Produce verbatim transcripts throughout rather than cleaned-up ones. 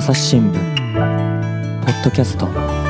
朝日新聞ポッドキャスト。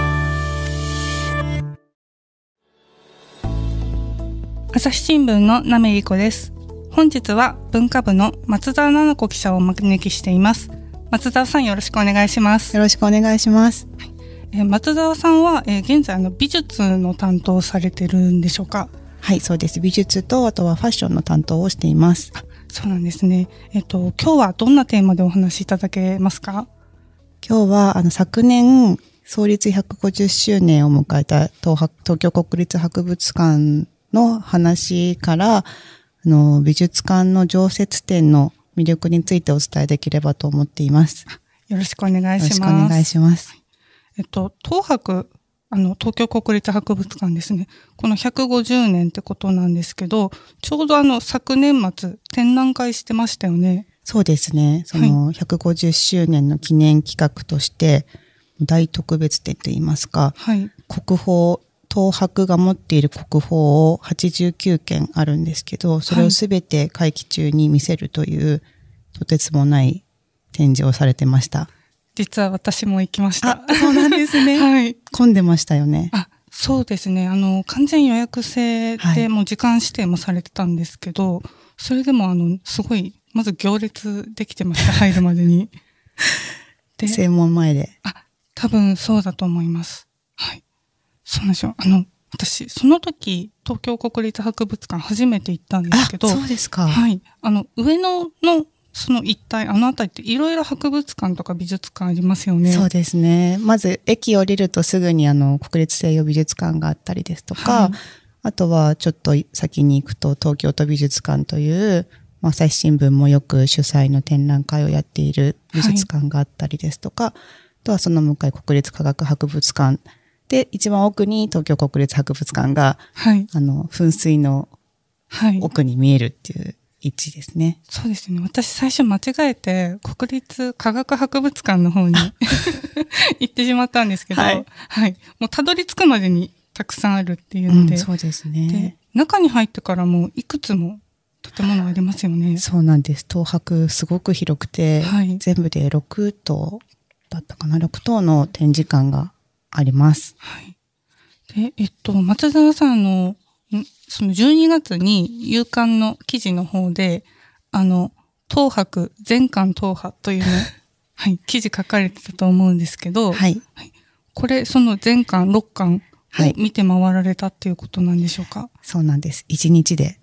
朝日新聞のなめりこです。本日は文化部の松田奈々子記者をお招きしています。松田さん、よろしくお願いします。 よろしくお願いします。 はい、えー、松田さんは、えー、現在あの美術の担当をされてるんでしょうか？ はい、そうです。美術とあとはファッションの担当をしています。 あ、そうなんですね。えっと今日はどんなテーマでお話しいただけますか？ 今日はあの昨年創立ひゃくごじゅっしゅうねんを迎えた東博、東京国立博物館の話からあの美術館の常設展の魅力についてお伝えできればと思っています。 よろしくお願いします。 よろしくお願いします。 えっと東博、あの東京国立博物館ですね。このひゃくごじゅうねんってことなんですけど、ちょうどあの昨年末展覧会してましたよね。 そうですね。そのひゃくごじゅっしゅうねんの記念企画として大特別展といいますか、 はい、 国宝、東博が持っている国宝をはちじゅうきゅうけんあるんですけど、それをすべて会期中に見せるという、はい、とてつもない展示をされてました。 実は私も行きました。 あ、そうなんですね。 はい。 混んでましたよね。 あ、そうですね。あの、完全予約制でもう時間指定もされてたんですけど、はい、それでもあの、すごい、まず行列できてました、入るまでに。 で、正門前で。 あ、多分そうだと思います。はい。そうなんですよ。あの、私、その時、東京国立博物館初めて行ったんですけど。 あ、そうですか。 はい。あの、上野の、その一帯、あの辺りっていろいろ博物館とか美術館ありますよね。 そうですね。まず、駅降りるとすぐにあの、国立西洋美術館があったりですとか、はい、あとはちょっと先に行くと東京都美術館という、朝日新聞もよく主催の展覧会をやっている美術館があったりですとか、はい、あとはその向かい国立科学博物館で、一番奥に東京国立博物館が、はい、あの、噴水の奥に見えるっていう位置ですね。 はい、そうですね。私最初間違えて国立科学博物館の方に行ってしまったんですけど、はい、はい。もうたどり着くまでにたくさんあるっていうので、 うん、そうですね。 で、中に入ってからもいくつも建物ありますよね。 そうなんです。東博すごく広くて、はい、全部でろくとうだったかな、ろくとうの展示館があります。 はい。で、えっと、松沢さんの、そのじゅうにがつに夕刊の記事の方で、あの、東博、全館踏破というの、はい、記事書かれてたと思うんですけど、 はい。 はい、これ、その全館ろっかんを見て回られたっていうことなんでしょうか？はい、 そうなんです。いちにちで。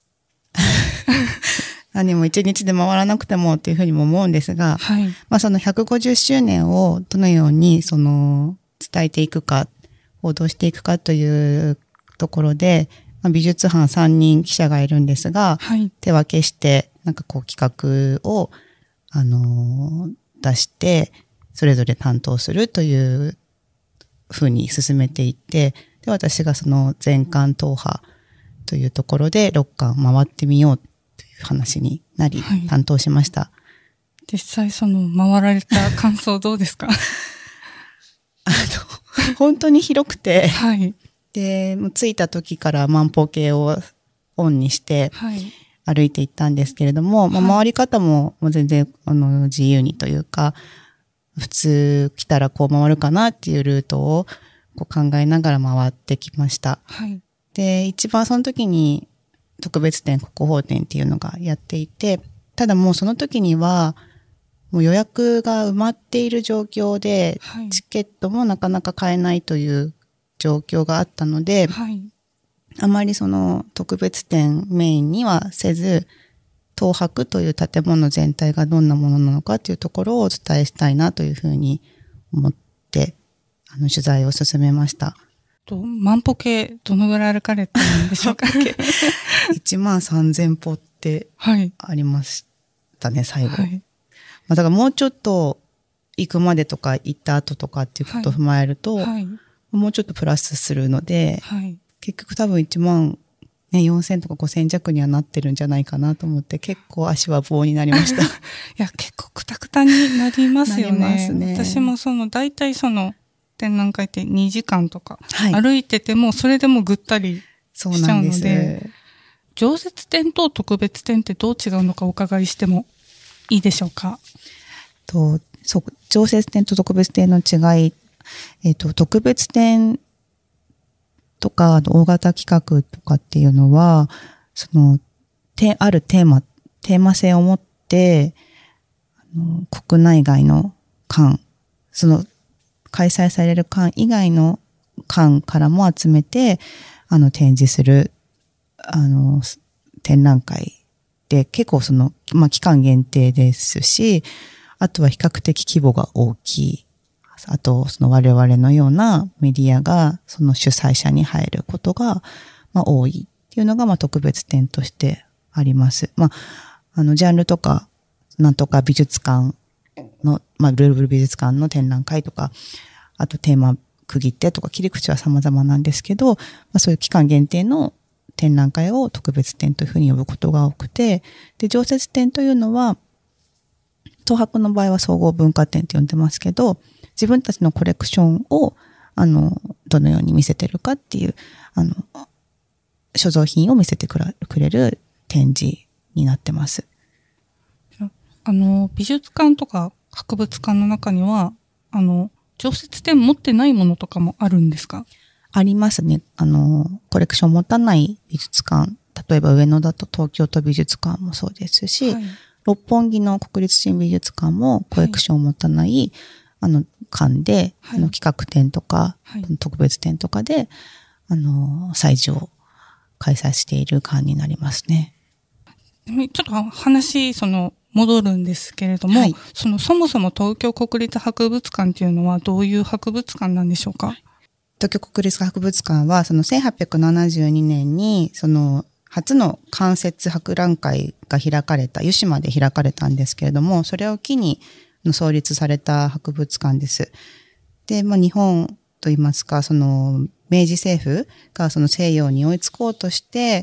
何も一日で回らなくてもっていうふうにも思うんですが、はい、まあそのひゃくごじゅっしゅうねんをどのようにその伝えていくか、報道していくかというところで、まあ、美術班さんにん記者がいるんですが、はい、手分けしてなんかこう企画をあのー、出してそれぞれ担当するというふうに進めていって、で私がその全館踏破というところでろっかん回ってみようという話になり、はい、担当しました。 実際その回られた感想どうですか？ あの本当に広くて、 はい、 でもう着いた時から万歩計をオンにして歩いていったんですけれども、はい、まあ、回り方ももう全然あの自由にというか、普通来たらこう回るかなっていうルートをこう考えながら回ってきました。 はい、 で、一番その時に特別展、国宝展っていうのがやっていて、ただもうその時にはもう予約が埋まっている状況で、はい、チケットもなかなか買えないという状況があったので、はい、あまりその特別展メインにはせず、東博という建物全体がどんなものなのかというところをお伝えしたいなというふうに思って、あの取材を進めました。 と万歩計どのぐらい歩かれたんでしょうか？ いちまんさんぜんぽってありましたね、はい、最後。はい、まあ、だからもうちょっと行くまでとか行った後とかっていうことを踏まえると、はいはい、もうちょっとプラスするので、はい、結局多分いちまん、ね、よんせんとかごせん弱にはなってるんじゃないかなと思って、結構足は棒になりました。いや、結構クタクタになりますよね。なりますね。私もその大体その展覧会ってにじかんとか歩いててもそれでもぐったりしちゃうので、はい、そうなんです。常設展と特別展ってどう違うのかお伺いしてもいいでしょうか？ とそう、常設展と特別展の違い、えっと、特別展とか、大型企画とかっていうのは、その、て、あるテーマ、テーマ性を持って、あの国内外の館、その、開催される館以外の館からも集めて、あの、展示する、あの、展覧会で、結構その、まあ、期間限定ですし、あとは比較的規模が大きい。あと、その我々のようなメディアが、その主催者に入ることが、まあ、多いっていうのが、まあ、特別展としてあります。まあ、あの、ジャンルとか、なんとか美術館の、まあ、ルーブル美術館の展覧会とか、あとテーマ区切ってとか切り口は様々なんですけど、まあ、そういう期間限定の展覧会を特別展というふうに呼ぶことが多くて、で、常設展というのは、東博の場合は総合文化展と呼んでますけど、自分たちのコレクションを、あの、どのように見せてるかっていう、あの、所蔵品を見せてくれる展示になってます。 あの、美術館とか博物館の中には、あの、常設展持ってないものとかもあるんですか？ ありますね。あの、コレクション持たない美術館、例えば上野だと東京都美術館もそうですし、はい、六本木の国立新美術館もコレクションを持たない、はい、あの、館で、はい、あの企画展とか、はい、特別展とかで、あの、催事を開催している館になりますね。 ちょっと話、その、戻るんですけれども、はい、その、そもそも東京国立博物館っていうのはどういう博物館なんでしょうか？ 東京国立博物館は、そのせんはっぴゃくななじゅうにねんに、その、初の間接博覧会が開かれた、湯島で開かれたんですけれども、それを機に創立された博物館です。で、まあ、日本といいますか、その、明治政府がその西洋に追いつこうとして、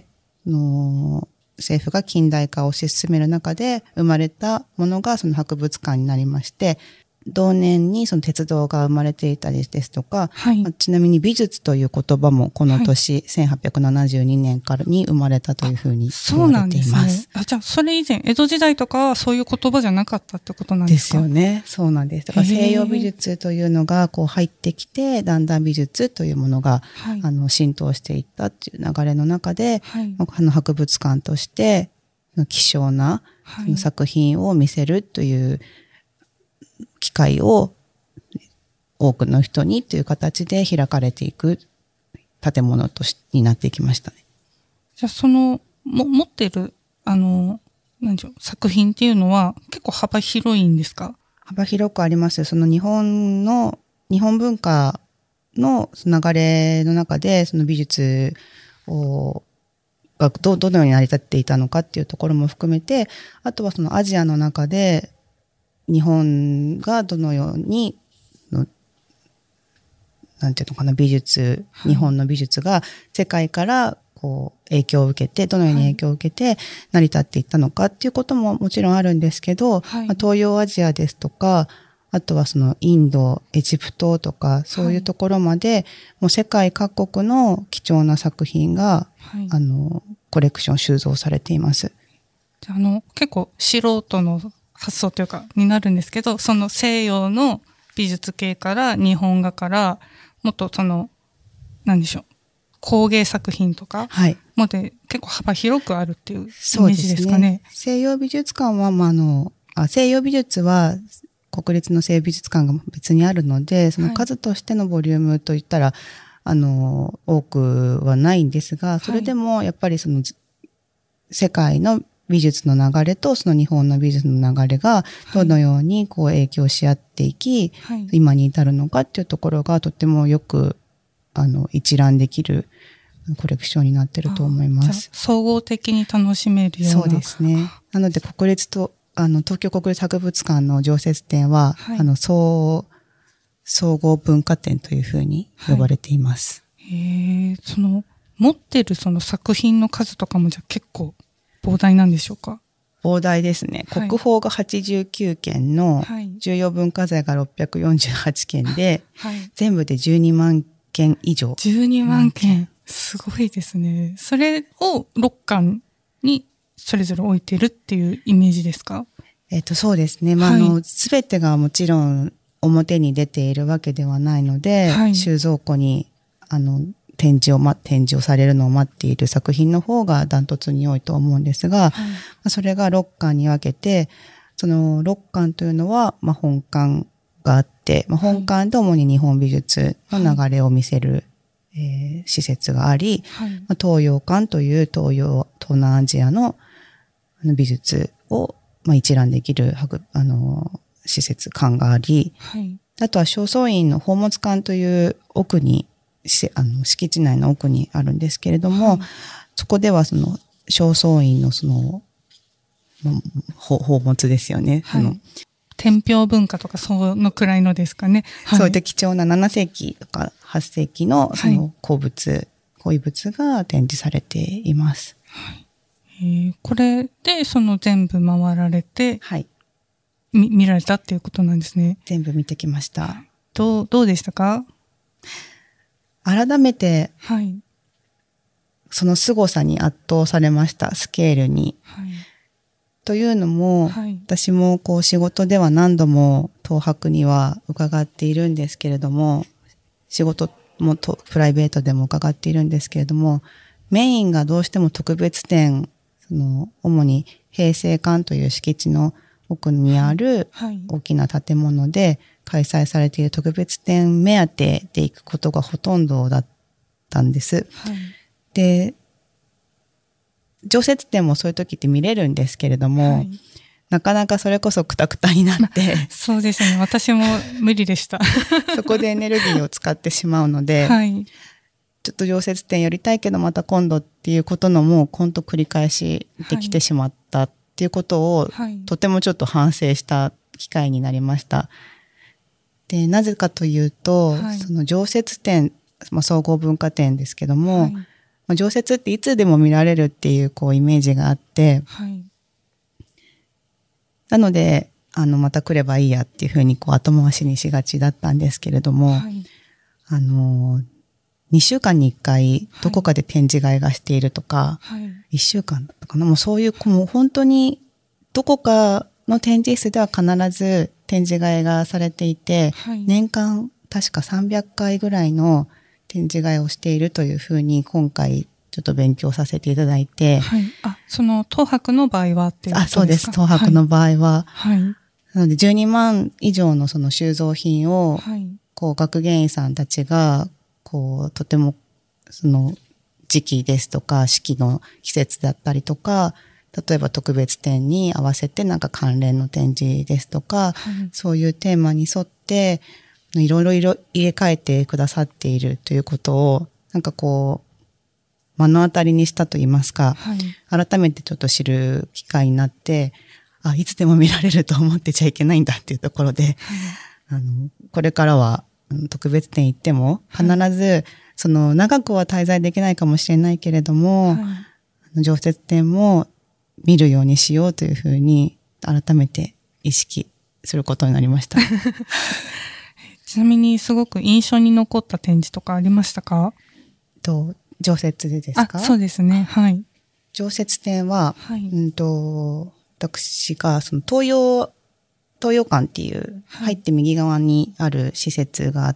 の政府が近代化を推し進める中で生まれたものがその博物館になりまして、同年にその鉄道が生まれていたりですとか、はい、ちなみに美術という言葉もこの年、はい、せんはっぴゃくななじゅうにねんからに生まれたというふうに言われています。そうなんですね。 あ、じゃあそれ以前、江戸時代とかはそういう言葉じゃなかったってことなんですか？ ですよね。そうなんです。だから西洋美術というのがこう入ってきて、だんだん美術というものが、はい、あの浸透していったっていう流れの中で、はい、あの博物館として希少なその作品を見せるという機会を多くの人にという形で開かれていく建物としになっていきましたね。 じゃあそのも持っているあの何でしょう作品っていうのは結構幅広いんですか？ 幅広くあります。その日本の日本文化の流れの中でその美術をがどどのように成り立っていたのかっていうところも含めて、あとはそのアジアの中で日本がどのようにのなんていうのかな美術、日本の美術が世界からこう影響を受けてどのように影響を受けて成り立っていったのかっていうことももちろんあるんですけど、はい、まあ、東洋アジアですとか、あとはそのインド、エジプトとかそういうところまで、はい、もう世界各国の貴重な作品が、はい、あのコレクション収蔵されています。 じゃあ、あの結構素人の発想というかになるんですけど、その西洋の美術系から日本画からもっとその何でしょう工芸作品とかもで結構幅広くあるっていうイメージですかね。 西洋美術館は、まあ、あのあ西洋美術は国立の西洋美術館が別にあるので、その数としてのボリュームといったら、はい、あの多くはないんですが、それでもやっぱりその世界の美術の流れとその日本の美術の流れがどのようにこう影響し合っていき、はい、今に至るのかっていうところがとてもよくあの一覧できるコレクションになっていると思います。 総合的に楽しめるような。 そうですね。なので国立とあの東京国立博物館の常設展は、はい、あの総総合文化展というふうに呼ばれています。 はい、へえ、その持ってるその作品の数とかもじゃ結構膨大なんでしょうか？ 膨大ですね。はい、国宝がはちじゅうきゅうけんの重要文化財がろっぴゃくよんじゅうはちけんで、はい、全部でじゅうにまんけん以上。 じゅうにまんけん。すごいですね。それをろっかんにそれぞれ置いてるっていうイメージですか？ えっと、そうですね。まあ、はい、あの、すべてがもちろん表に出ているわけではないので、はい、収蔵庫に、あの、展示を、ま、展示をされるのを待っている作品の方がダントツに多いと思うんですが、はい、それがろっかんに分けて、そのろっかんというのは、まあ、本館があって、まあ、本館で主に日本美術の流れを見せる、はいえー、施設があり、はいまあ、東洋館という東洋、東南アジアの美術を、まあ、一覧できる、あの、施設館があり、はい、あとは正倉院の宝物館という奥に、あの敷地内の奥にあるんですけれども、はい、そこではその正倉院のその宝物ですよね。 はい、あの天平文化とかそのくらいのですかね。 はい、そういった貴重なななせいきとかはっせいきのその鉱物、はい、鉱遺物が展示されています。 はいえー、これでその全部回られて、 はい、 み見られたっていうことなんですね。 全部見てきました。 どうどうでしたか？ 改めて、 はい、 その凄さに圧倒されました、スケールに。はい、というのも、はい、私もこう仕事では何度も東博には伺っているんですけれども、仕事もとプライベートでも伺っているんですけれども、メインがどうしても特別展、その主に平成館という敷地の奥にある大きな建物で開催されている特別展目当てで行くことがほとんどだったんです。はい、で、常設展もそういう時って見れるんですけれども、はい、なかなかそれこそクタクタになって。 そうですね。私も無理でした。 そこでエネルギーを使ってしまうので、はい、ちょっと常設展やりたいけどまた今度っていうことのもう今度繰り返しできてしまったっていうことを、はい、とてもちょっと反省した機会になりました。で、なぜかというと、はい、その常設展、まあ、総合文化展ですけども、はいまあ、常設っていつでも見られるっていうこうイメージがあって、はい、なので、あの、また来ればいいやっていうふうにこう後回しにしがちだったんですけれども、はい、あの、にしゅうかんにいっかいどこかで展示会がしているとか、はい、いっしゅうかんだったかな、もうそういうもう本当にどこかの展示室では必ず展示会がされていて、はい、年間確かさんびゃっかいぐらいの展示会をしているというふうに今回ちょっと勉強させていただいて、 はい、あ、その東博の場合はっていうことですか？あ、 そうです。東博の場合は、はい、なのでじゅうにまん以上のその収蔵品を、はい、こう学芸員さんたちがこうとてもその時期ですとか四季の季節だったりとか、例えば特別展に合わせてなんか関連の展示ですとか、はい、そういうテーマに沿っていろいろ入れ替えてくださっているということをなんかこう目の当たりにしたと言いますか、はい、改めてちょっと知る機会になって、あ、いつでも見られると思ってちゃいけないんだっていうところで、はい、あのこれからは特別展行っても必ず、はい、その長くは滞在できないかもしれないけれども、はい、常設展も見るようにしようというふうに改めて意識することになりました。 ちなみにすごく印象に残った展示とかありましたか？ と常設でですか？ あ、そうですね。はい。 常設展は、はい、うんと私がその東洋東洋館っていう、はい、入って右側にある施設があって、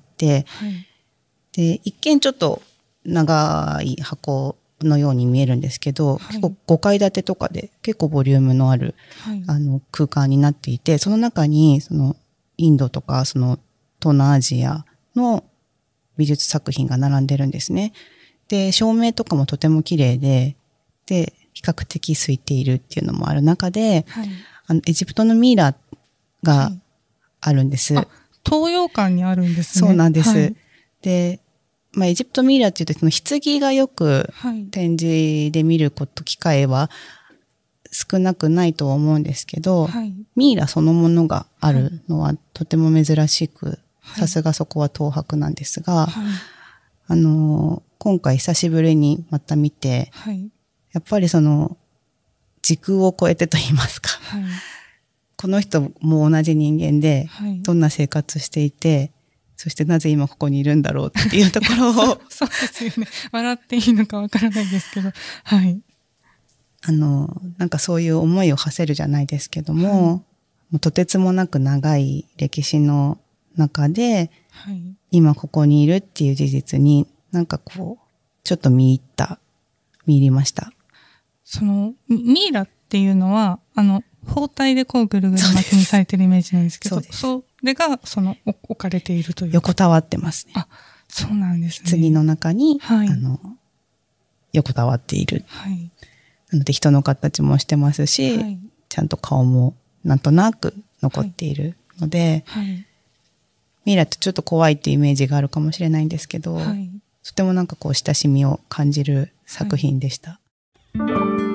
はい、で一見ちょっと長い箱のように見えるんですけど、はい、結構ごかい建てとかで結構ボリュームのある、はい、あの空間になっていて、その中にそのインドとかその東南アジアの美術作品が並んでるんですね。で、照明とかもとても綺麗で、で、比較的空いているっていうのもある中で、はい、あのエジプトのミイラがあるんです。はい、 東洋館にあるんですね。 そうなんです。はい、で、まあ、エジプトミイラっていうと、その棺がよく展示で見ること、機会は少なくないと思うんですけど、はい、ミイラそのものがあるのはとても珍しく、さすがそこは東博なんですが、はい、あの、今回久しぶりにまた見て、はい、やっぱりその時空を超えてと言いますか、はい、この人も同じ人間で、どんな生活していて、そしてなぜ今ここにいるんだろうっていうところをそう、そうですよね。笑っていいのかわからないですけど、はい。 あの、なんかそういう思いを馳せるじゃないですけども、はい、 もうとてつもなく長い歴史の中で、 はい、 今ここにいるっていう事実になんかこう、ちょっと見入った、見入りました。 その、ミイラっていうのは、あの、包帯でこうぐるぐる巻きにされてるイメージなんですけど、そうです。それが、その、置かれているというか。 横たわってますね。 あ、そうなんですね。 棺の中に、 はい、 あの、横たわっている。 はい。 なので人の形もしてますし、はい、ちゃんと顔もなんとなく残っているので、はいはい、ミイラってちょっと怖いっていうイメージがあるかもしれないんですけど、はい、とてもなんかこう親しみを感じる作品でした。はい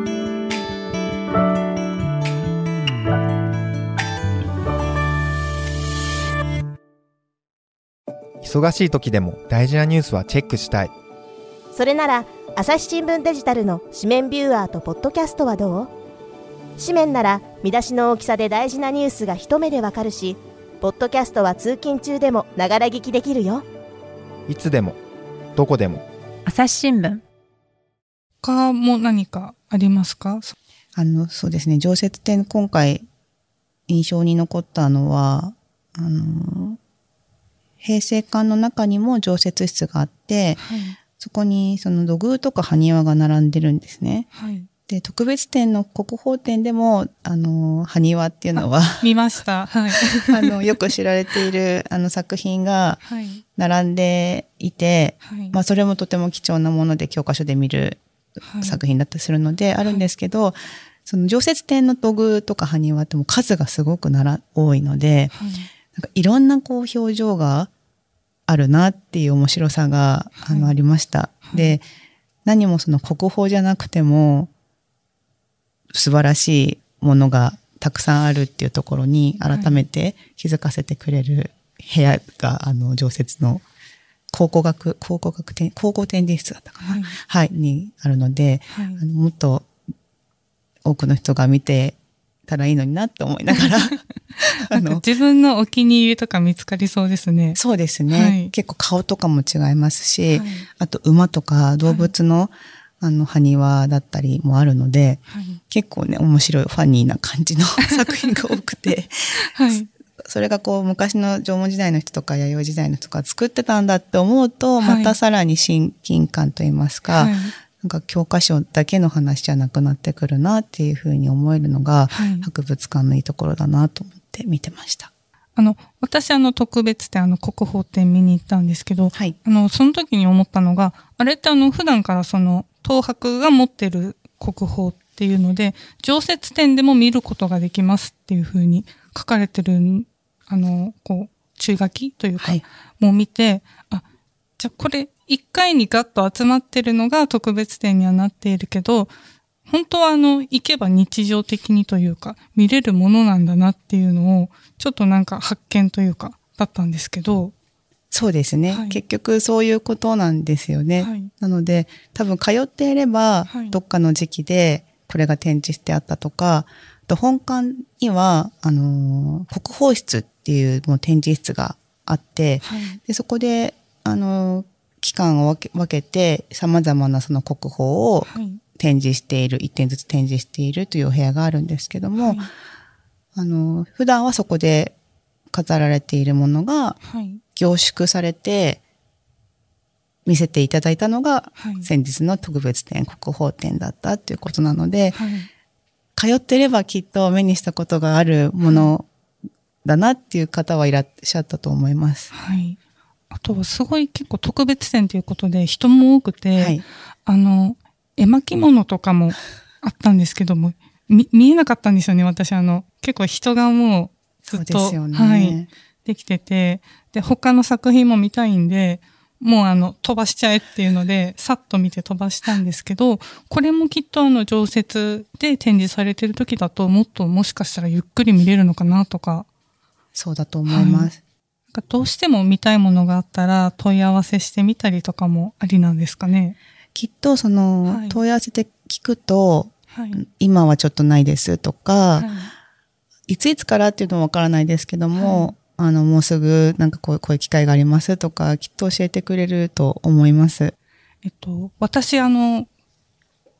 忙しい時でも大事なニュースはチェックしたい。 それなら朝日新聞デジタルの紙面ビューアーとポッドキャストはどう？紙面なら見出しの大きさで大事なニュースが一目でわかるし、ポッドキャストは通勤中でもながら聞きできるよ。 いつでもどこでも朝日新聞。 他も何かありますか？ あのそうですね、常設展今回印象に残ったのはあの平成館の中にも常設室があって、はい、そこにその土偶とか埴輪が並んでるんですね。はい、で特別展の国宝展でもあの埴輪っていうのは見ました。はい、 あのよく知られているあの作品が並んでいて、はい、まあそれもとても貴重なもので教科書で見る作品だったりするのであるんですけど、はい、その常設展の土偶とか埴輪っても数がすごくなら多いので。はい、なんかいろんなこう表情があるなっていう面白さが、はい、あのありました。はい、で、何もその国宝じゃなくても素晴らしいものがたくさんあるっていうところに改めて気づかせてくれる部屋が、はい、あの常設の考古学考古学展考古展示室だったかな、はい、はい、にあるので、はい、あのもっと多くの人が見てたらいいのになって思いながらあの自分のお気に入りとか見つかりそうですね。 そうですね、はい、結構顔とかも違いますし、はい、あと馬とか動物の、はい、あの埴輪だったりもあるので、はい、結構ね面白いファニーな感じの作品が多くて、はい、それがこう昔の縄文時代の人とか弥生時代の人が作ってたんだって思うと、またさらに親近感といいますか、はい、なんか教科書だけの話じゃなくなってくるなっていうふうに思えるのが、はい、博物館のいいところだなと思って見てました。 あの、私あの特別展、あの国宝展見に行ったんですけど、はい、あの、その時に思ったのが、あれってあの普段からその東博が持ってる国宝っていうので、常設展でも見ることができますっていうふうに書かれてる、あの、こう、注意書きというか、はい、もう見て、あ、じゃあこれ一回にガッと集まってるのが特別展にはなっているけど、本当はあの、行けば日常的にというか、見れるものなんだなっていうのを、ちょっとなんか発見というか、だったんですけど。 そうですね。はい、結局そういうことなんですよね。はい、なので、多分通っていれば、どっかの時期でこれが展示してあったとか、あと本館には、あのー、国宝室っていうもう展示室があって、はい、でそこで、あのー、期間を分け、分けて様々なその国宝を展示している、はい、一点ずつ展示しているというお部屋があるんですけども、はい、あの、普段はそこで飾られているものが凝縮されて見せていただいたのが先日の特別展、国宝展だったということなので、はい、通ってればきっと目にしたことがあるものだなっていう方はいらっしゃったと思います。 はい。あとはすごい結構特別展ということで人も多くて、はい、あの、絵巻物とかもあったんですけども、み見えなかったんですよね、私。あの、結構人がもうずっと、そうですよね、はい、できてて、で、他の作品も見たいんで、もうあの、飛ばしちゃえっていうので、さっと見て飛ばしたんですけど、これもきっとあの、常設で展示されてる時だと、もっともしかしたらゆっくり見れるのかなとか。 そうだと思います。はい、なんかどうしても見たいものがあったら、問い合わせしてみたりとかもありなんですかね。 きっとその、はい、問い合わせて聞くと、はい、今はちょっとないですとか、はい、いついつからっていうのはわからないですけども、はい、あの、もうすぐなんかこう、こういう機会がありますとか、きっと教えてくれると思います。 えっと、私あの、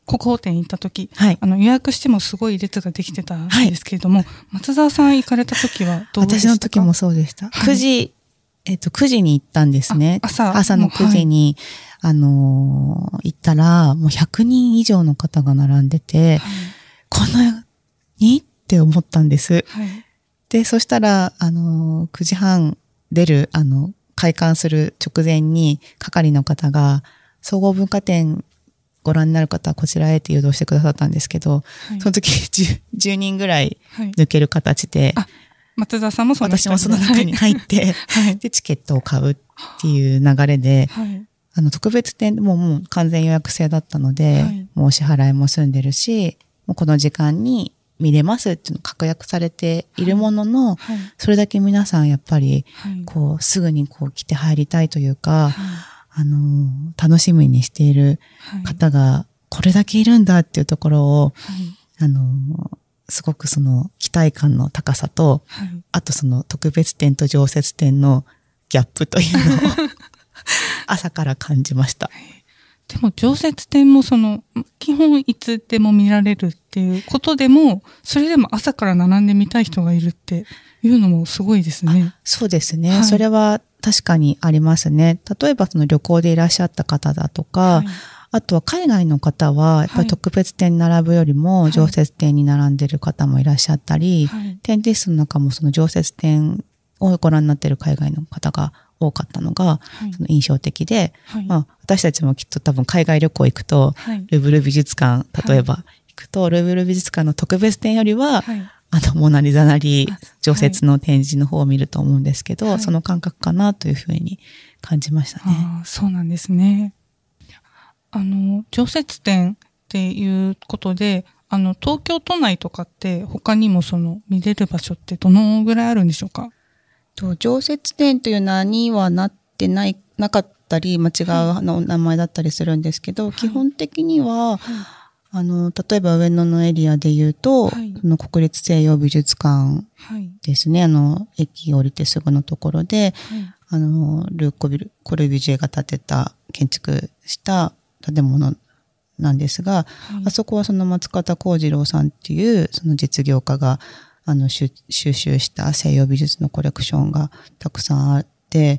国宝展行った時、 はい、 あの予約してもすごい列ができてたんですけれども、はい、松沢さん行かれた時はどうでしたか？ 私の時もそうでした。はい、くじ、えっと、くじに行ったんですね。 朝。 朝のくじに、はい、あのー、行ったら、もうひゃくにん以上の方が並んでて、はい、こんなにって思ったんです。はい、で、そしたら、あのー、くじはん出る、あの、開館する直前に、係の方が、総合文化展ご覧になる方はこちらへって誘導してくださったんですけど、はい、その時 10, じゅうにんぐらい抜ける形で、はい、 松沢さんもその私もその中に入って、はい、で、チケットを買うっていう流れで、はい、あの、特別展ももう完全予約制だったので、はい、もうお支払いも済んでるし、もうこの時間に見れますっていうのを確約されているものの、はいはい、それだけ皆さんやっぱり、こう、すぐにこう来て入りたいというか、はい、あの、楽しみにしている方がこれだけいるんだっていうところを、はい、あの、すごくその期待感の高さと、はい、あとその特別展と常設展のギャップというのを朝から感じました。 でも常設展もその基本いつでも見られるっていうことでも、それでも朝から並んでみたい人がいるっていうのもすごいですね。 そうですね、はい。それは確かにありますね。例えばその旅行でいらっしゃった方だとか、はい、あとは海外の方はやっぱり特別展に並ぶよりも常設展に並んでる方もいらっしゃったり、はい、展示室の中もその常設展をご覧になっている海外の方が多かったのが、はい、その印象的で、はい、まあ、私たちもきっと多分海外旅行行くと、はい、ルーブル美術館、例えば行くと、はい、ルーブル美術館の特別展よりは、はい、あの、モナリザなり、常設の展示の方を見ると思うんですけど、はい、その感覚かなというふうに感じましたね。 あ、そうなんですね。あの、常設展っていうことで、あの、東京都内とかって他にもその見れる場所ってどのぐらいあるんでしょうか？ と常設展という名にはなってない、なかったり、間違うの名前だったりするんですけど、はい、基本的には、はい、あの、例えば上野のエリアで言うと、はい、その国立西洋美術館ですね、はい、あの、駅降りてすぐのところで、はい、あの、ルー・コビル、コルビュジエが建てた、建築した建物なんですが、はい、あそこはその松方幸次郎さんっていう、その実業家が、あの、収集した西洋美術のコレクションがたくさんあって、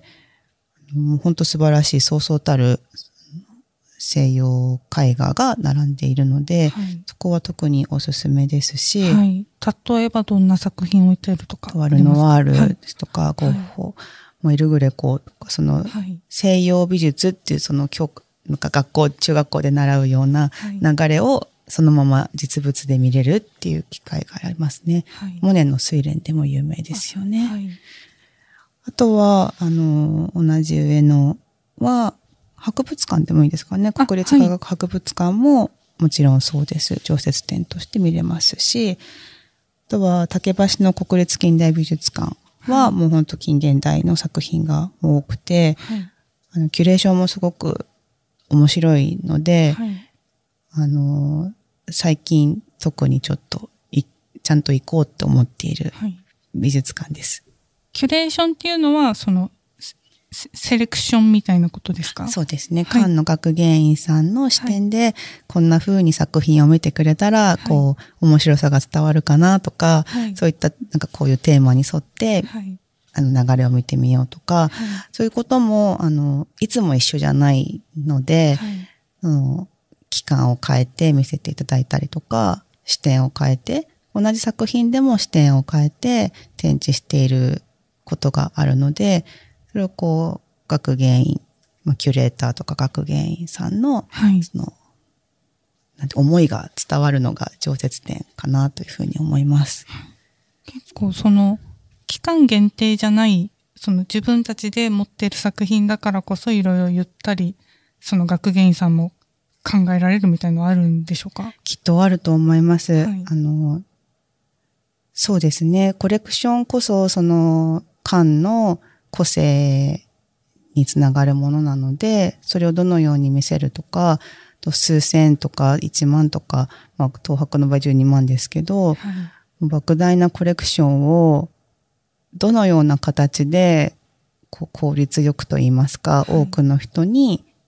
もう本当素晴らしいそうそうたる西洋絵画が並んでいるので、はい、そこは特におすすめですし、 はい、例えばどんな作品を置いているとか、 ワルノワールですとか、はい、ゴッホ、はい、もうエルグレコとか、その、西洋美術っていうその教なんか学校、中学校で習うような流れを、はい、そのまま実物で見れるっていう機会がありますね。はい、モネの睡蓮でも有名ですよね。あ、はい、あとは、あの、同じ上野は、博物館でもいいですかね。国立科学博物館ももちろんそうです。常設展として見れますし、あとは竹橋の国立近代美術館はもう本当近現代の作品が多くて、はい、あのキュレーションもすごく面白いので、はい、あの、最近特にちょっといちゃんと行こうと思っている美術館です。 はい、キュレーションっていうのは、その、セレクションみたいなことですか？ そうですね。館、はい、の学芸員さんの視点で、こんな風に作品を見てくれたら、はい、こう、面白さが伝わるかなとか、はい、そういった、なんかこういうテーマに沿って、はい、あの流れを見てみようとか、はい、そういうことも、あの、いつも一緒じゃないので、はい、あの期間を変えて見せていただいたりとか、視点を変えて、同じ作品でも視点を変えて展示していることがあるので、それをこう、学芸員、まあ、キュレーターとか学芸員さんの、はい、その、なんて思いが伝わるのが常設展かなというふうに思います。 結構その、期間限定じゃない、その自分たちで持っている作品だからこそいろいろ言ったり、その学芸員さんも考えられるみたいなのはあるんでしょうか？ きっとあると思います。はい、あの、そうですね。コレクションこそ、その、館の個性につながるものなので、それをどのように見せるとか、数千とか一万とか、まあ、東博の場合じゅうにまんですけど、はい、莫大なコレクションをどのような形でこう効率よくと言いますか、はい、多くの人に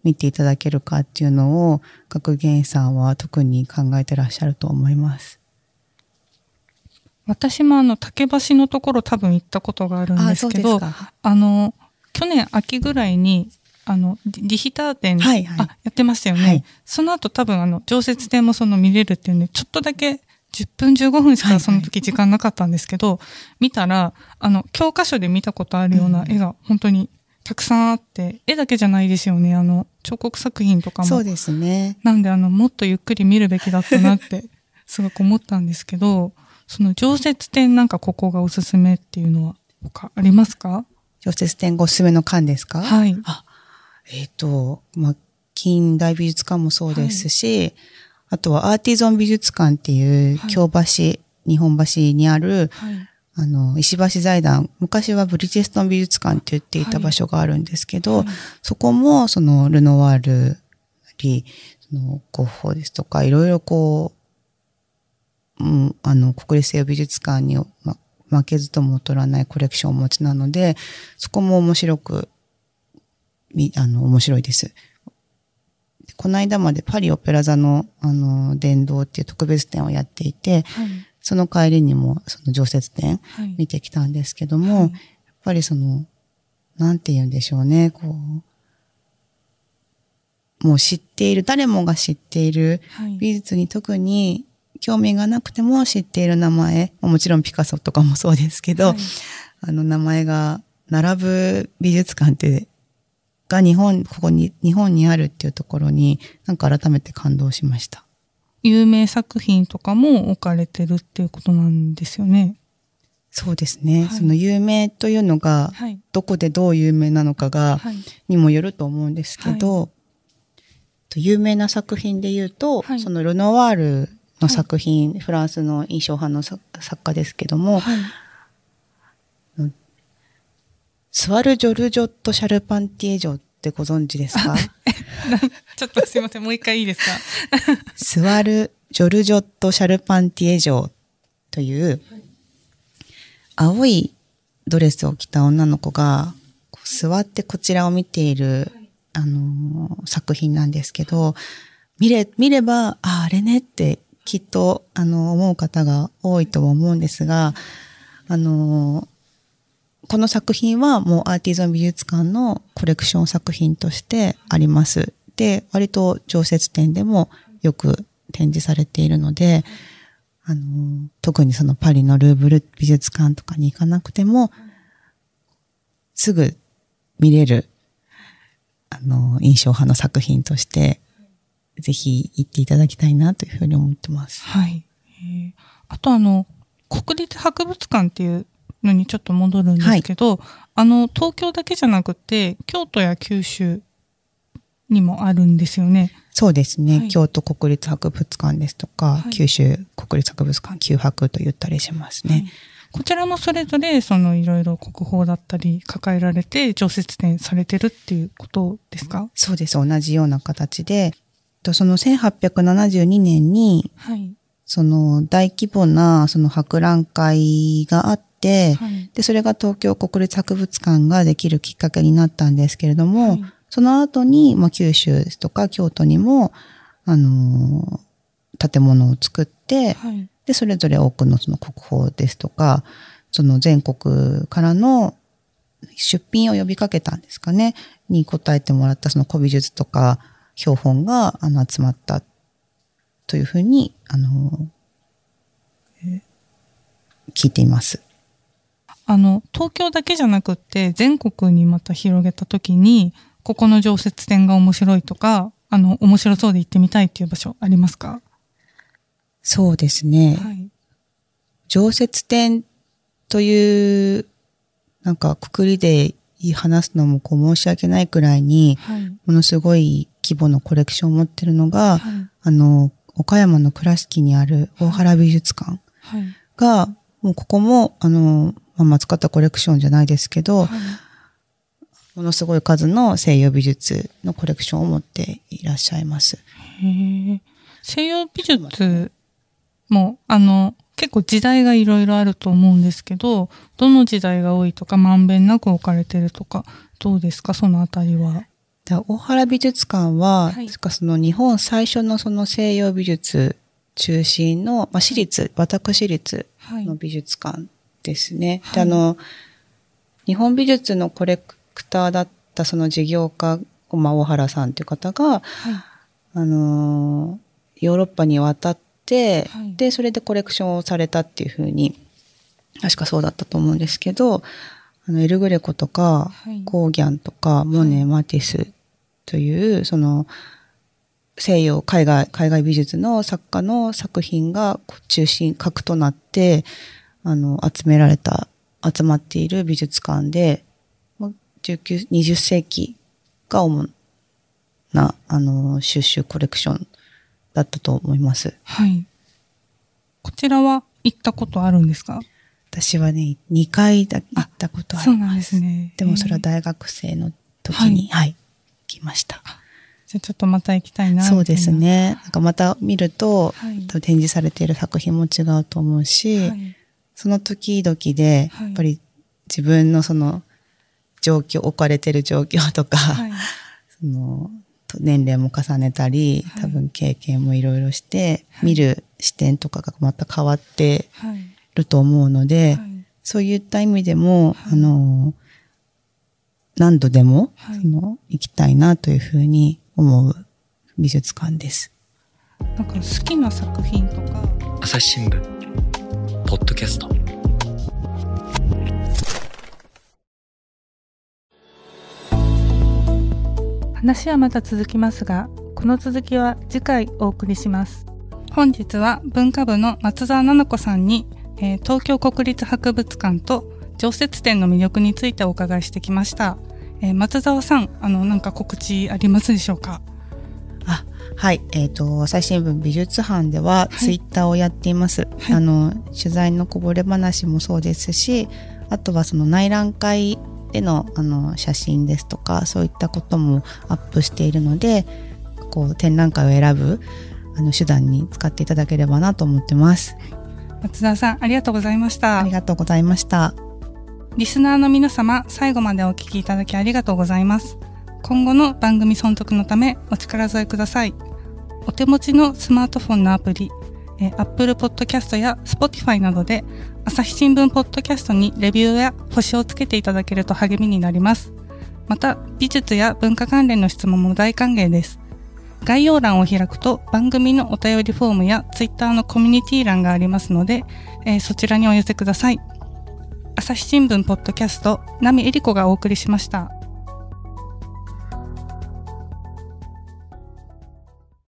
見ていただけるかっていうのを学芸さんは特に考えてらっしゃると思います。 私もあの竹橋のところ多分行ったことがあるんですけど、あ, あの去年秋ぐらいにあのリヒター展、はいはい、あやってましたよね、はい、その後多分あの常設展もその見れるっていうんでちょっとだけじゅっぷんじゅうごふんしかその時時間なかったんですけど、はいはい、見たらあの教科書で見たことあるような絵が本当にたくさんあって、うん、絵だけじゃないですよね。あの彫刻作品とかもそうですね。 なんであのもっとゆっくり見るべきだったなってすごく思ったんですけど、その常設展なんかここがおすすめっていうのは他ありますか？ 常設展がおすすめの館ですか？ はい。 あ、えっと、まあ、近代美術館もそうですし、はい、あとはアーティゾン美術館っていう京橋、はい、日本橋にある、はい、あの、石橋財団、昔はブリヂストン美術館って言っていた場所があるんですけど、はいはい、そこもそのルノワールなり、そのゴッホですとか、いろいろこう、うん、あの、国立西洋美術館に、ま、負けずとも劣らないコレクションをお持ちなので、そこも面白く、み、あの、面白いです。この間までパリオペラ座の、あの、殿堂っていう特別展をやっていて、はい、その帰りにも、その常設展見てきたんですけども、はい、やっぱりその、なんて言うんでしょうね、こう、もう知っている、誰もが知っている美術に特に興味がなくても知っている名前、もちろんピカソとかもそうですけど、はい、あの名前が並ぶ美術館ってが日本、ここに、日本にあるっていうところになんか改めて感動しました。 有名作品とかも置かれてるっていうことなんですよね。 そうですね。はい、その有名というのが、どこでどう有名なのかが、はい、にもよると思うんですけど、はい、有名な作品で言うと、はい、そのルノワールの作品、はい、フランスの印象派の作家ですけども、はい、スワル・ジョルジョット・シャルパンティエ城ってご存知ですか？ ちょっとすいません、もう一回いいですか？ スワル・ジョルジョット・シャルパンティエ城という、青いドレスを着た女の子が座ってこちらを見ている、あのー、作品なんですけど、見れ、見れば、あ、あれねってきっと、あの、思う方が多いとは思うんですが、あのー、この作品はもうアーティゾン美術館のコレクション作品としてあります。で、割と常設展でもよく展示されているので、あの、特にそのパリのルーブル美術館とかに行かなくても、すぐ見れる、あの、印象派の作品として、ぜひ行っていただきたいなというふうに思ってます。 はい。えー、あとあの、国立博物館っていうのにちょっと戻るんですけど、はい、あの、東京だけじゃなくて、京都や九州にもあるんですよね。 そうですね。はい、京都国立博物館ですとか、はい、九州国立博物館、九博と言ったりしますね。はい、 こちらもそれぞれ、そのいろいろ国宝だったり抱えられて常設展されてるっていうことですか？ そうです。同じような形で、そのせんはっぴゃくななじゅうにねんに、はい、その大規模なその博覧会があって、はい、で、それが東京国立博物館ができるきっかけになったんですけれども、はい、その後に、まあ、九州ですとか京都にも、あのー、建物を作って、はい、で、それぞれ多くのその国宝ですとか、その全国からの出品を呼びかけたんですかね、に答えてもらったその古美術とか標本が、あの、集まったというふうに、あのー、聞いています。 あの、東京だけじゃなくって全国にまた広げたときに、ここの常設展が面白いとか、あの、面白そうで行ってみたいっていう場所ありますか？ そうですね。はい、常設展という、なんか、くくりで話すのもこう申し訳ないくらいに、はい、ものすごい規模のコレクションを持ってるのが、はい、あの、岡山の倉敷にある大原美術館が、はい、もうここも、あの、まあ、松方コレクションじゃないですけど、はい、ものすごい数の西洋美術のコレクションを持っていらっしゃいます。 へー。西洋美術も、あの、結構時代がいろいろあると思うんですけど、どの時代が多いとか、まんべんなく置かれてるとか、どうですか、そのあたりは。 大原美術館は、はい、その日本最初のその西洋美術中心の、まあ、私立、はい、私立の美術館ですね。はい、であの、日本美術のコレクターだったその事業家、まあ、大原さんという方が、はい、あの、ヨーロッパに渡って、はい、で、それでコレクションをされたっていうふうに、確かそうだったと思うんですけど、あのエルグレコとか、はい、コーギャンとか、モネ、マティスという、その、西洋、海外、海外美術の作家の作品が中心、核となって、あの、集められた、集まっている美術館で、じゅうきゅう、にじゅっ世紀が主な、あの、収集コレクションだったと思います。 はい。こちらは行ったことあるんですか？ 私はね、にかいだ行ったことあります。 そうなんですね。 でもそれは大学生の時に、はい、はい、行きました。 じゃあちょっとまた行きたいな。 そうですね。なんかまた見ると、はい、展示されている作品も違うと思うし、はい、その時々で、やっぱり自分のその状況、置かれてる状況とか、はい、その年齢も重ねたり、多分経験もいろいろして、はい、見る視点とかがまた変わって、はいると思うので、はい、そういった意味でも、はい、あの何度でも、はい、その行きたいなというふうに思う美術館です。 なんか好きな作品とか。 朝日新聞ポッドキャスト。 話はまた続きますが、この続きは次回お送りします。本日は文化部の松澤奈々子さんにえー、東京国立博物館と常設展の魅力についてお伺いしてきました。えー、松澤さん、あの、なんか告知ありますでしょうか？ あ、はい。えっと、朝日新聞美術班ではツイッターをやっています。はい、あの、取材のこぼれ話もそうですし、あとはその内覧会での、あの、写真ですとか、そういったこともアップしているので、こう、展覧会を選ぶ、あの、手段に使っていただければなと思ってます。 松澤さん、ありがとうございました。 ありがとうございました。 リスナーの皆様、最後までお聞きいただきありがとうございます。今後の番組存続のためお力添えください。お手持ちのスマートフォンのアプリ、えー、Apple Podcast や Spotify などで朝日新聞ポッドキャストにレビューや星をつけていただけると励みになります。また、美術や文化関連の質問も大歓迎です。概要欄を開くと番組のお便りフォームやツイッターのコミュニティ欄がありますので、えー、そちらにお寄せください。朝日新聞ポッドキャスト、波恵理子がお送りしました。